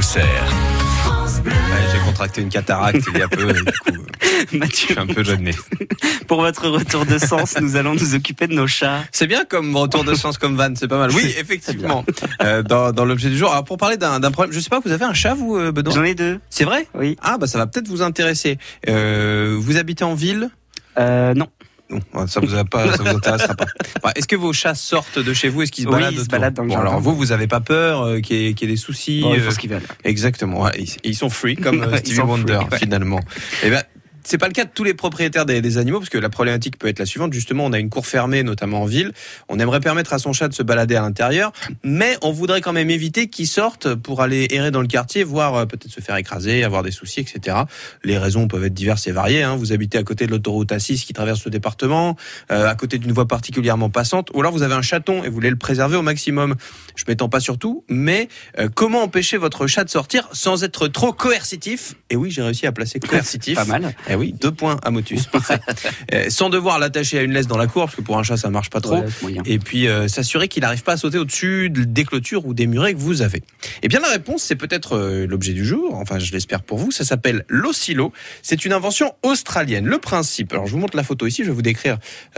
Auxerre. J'ai contracté une cataracte il y a peu, et du coup, Mathieu, je suis un peu jeune. pour votre retour de sens, nous allons nous occuper de nos chats. C'est bien comme retour de sens comme van, c'est pas mal. Oui, effectivement. Dans l'objet du jour. Alors pour parler d'un problème, je sais pas, vous avez un chat vous, Benoît ? J'en ai 2. C'est vrai ? Oui. Ah bah ça va peut-être vous intéresser. Vous habitez en ville ? Non. Non, ça vous intéressera pas. Bah, est-ce que vos chats sortent de chez vous ? Est-ce qu'ils se baladent ils se autour ? baladent dans le jardin. Alors vous avez pas peur qu'il y ait des soucis Bon, ils font ce qu'ils veulent. Exactement. Ouais, ils sont free comme Ils Stevie sont Wonder free, ouais. finalement. Et ben c'est pas le cas de tous les propriétaires des animaux, parce que la problématique peut être la suivante. Justement, on a une cour fermée, notamment en ville. On aimerait permettre à son chat de se balader à l'intérieur, mais on voudrait quand même éviter qu'il sorte pour aller errer dans le quartier, voire peut-être se faire écraser, avoir des soucis, etc. Les raisons peuvent être diverses et variées. Vous habitez à côté de l'autoroute A6 qui traverse le département, à côté d'une voie particulièrement passante, ou alors vous avez un chaton et vous voulez le préserver au maximum. Je m'étends pas sur tout, mais comment empêcher votre chat de sortir sans être trop coercitif ? Et oui, j'ai réussi à placer coercitif. Pas mal. Eh oui, 2 points à Motus, parfait. Sans devoir l'attacher à une laisse dans la cour, parce que pour un chat ça marche pas trop. Ouais, c'est moyen. Et puis s'assurer qu'il n'arrive pas à sauter au-dessus des clôtures ou des murets que vous avez. Eh bien la réponse, c'est peut-être l'objet du jour, enfin je l'espère pour vous, ça s'appelle l'oscillo. C'est une invention australienne. Le principe, alors je vous montre la photo ici, je vais vous décrire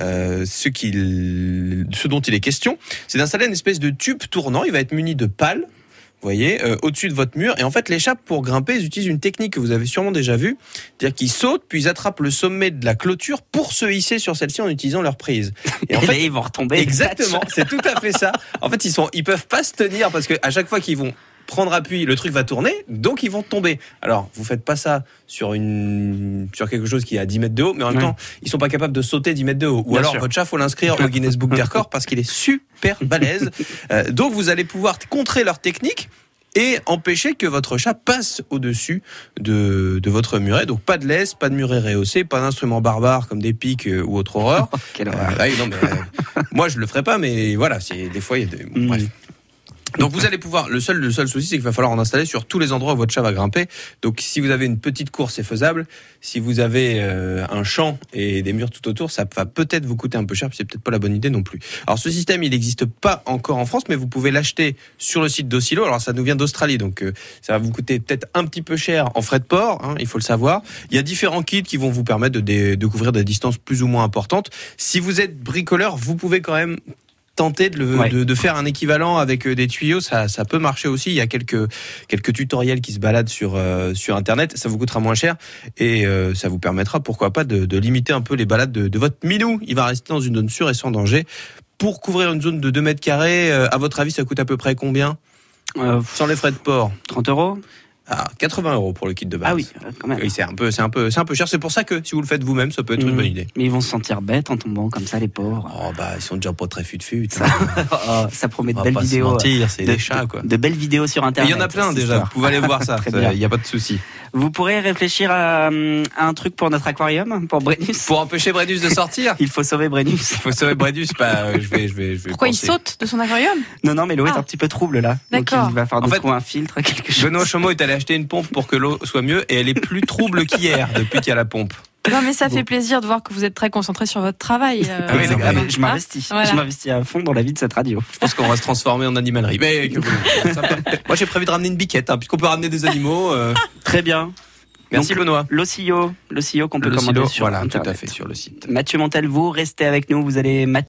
ce dont il est question. C'est d'installer une espèce de tube tournant, il va être muni de pales. Vous voyez, au-dessus de votre mur. Et en fait, les chats, pour grimper, ils utilisent une technique que vous avez sûrement déjà vue. C'est-à-dire qu'ils sautent, puis ils attrapent le sommet de la clôture pour se hisser sur celle-ci en utilisant leur prise. Et en Et fait, là, ils vont retomber. exactement, c'est tout à fait ça. En fait, ils peuvent pas se tenir parce que à chaque fois qu'ils vont prendre appui, le truc va tourner, donc ils vont tomber. Alors, vous faites pas ça sur quelque chose qui est à 10 mètres de haut, mais en même temps, ils sont pas capables de sauter 10 mètres de haut. Ou Bien alors, sûr. votre chat, faut l'inscrire au Guinness Book des records parce qu'il est super balèze. Donc, vous allez pouvoir contrer leur technique et empêcher que votre chat passe au-dessus de votre muret. Donc pas de laisse, pas de muret rehaussé, pas d'instruments barbares comme des pics ou autre horreur. Quelle horreur. Non, mais, moi je le ferai pas, mais voilà, des fois il y a des... Bref. Donc vous allez pouvoir, le seul souci c'est qu'il va falloir en installer sur tous les endroits où votre chat va grimper. Donc si vous avez une petite cour, c'est faisable. Si vous avez un champ et des murs tout autour, ça va peut-être vous coûter un peu cher, puis c'est peut-être pas la bonne idée non plus. Alors ce système, il n'existe pas encore en France, mais vous pouvez l'acheter sur le site d'Oscillo. Alors ça nous vient d'Australie, donc ça va vous coûter peut-être un petit peu cher en frais de port, il faut le savoir. Il y a différents kits qui vont vous permettre de couvrir des distances plus ou moins importantes. Si vous êtes bricoleur, vous pouvez quand même tenter de faire un équivalent avec des tuyaux, ça peut marcher aussi. Il y a quelques tutoriels qui se baladent sur internet, ça vous coûtera moins cher et ça vous permettra pourquoi pas de limiter un peu les balades de votre minou. Il va rester dans une zone sûre et sans danger. Pour couvrir une zone de 2 mètres carrés, à votre avis ça coûte à peu près combien sans les frais de port? 30 €. 80 € pour le kit de base. Ah oui, quand même. Oui, c'est un peu cher. C'est pour ça que si vous le faites vous-même, ça peut être une bonne idée. Mais ils vont se sentir bêtes en tombant comme ça, les pauvres. Oh bah ils sont déjà pas très fut-fut. Ça promet de On va belles pas se vidéos. mentir, c'est des chats quoi. De belles vidéos sur Et Internet. il y en a plein cette déjà, histoire. vous pouvez aller voir ça, Très bien. il n'y a pas de souci. Vous pourrez réfléchir à un truc pour notre aquarium, pour Brennus. Pour empêcher Brennus de sortir, Il faut sauver Brennus. il faut sauver Brennus. Je vais Pourquoi il penser. saute de son aquarium? Non, mais l'eau est Ah. un petit peu trouble là. Donc D'accord. il va falloir En fait, trouver un filtre, quelque chose. Benoît Chomeau est allé acheter une pompe pour que l'eau soit mieux et elle est plus trouble qu'hier depuis qu'il y a la pompe. Non, mais ça fait plaisir de voir que vous êtes très concentré sur votre travail. Ah oui, d'accord. mais je m'investis. Voilà. Je m'investis à fond dans la vie de cette radio. Je pense qu'on va se transformer en animalerie. Mais moi j'ai prévu de ramener une biquette, puisqu'on peut ramener des animaux. Très bien. Merci Donc, Benoît. L'oscillo qu'on peut commander sur voilà, Internet. tout à fait sur le site. Mathieu Montel, vous restez avec nous. Vous allez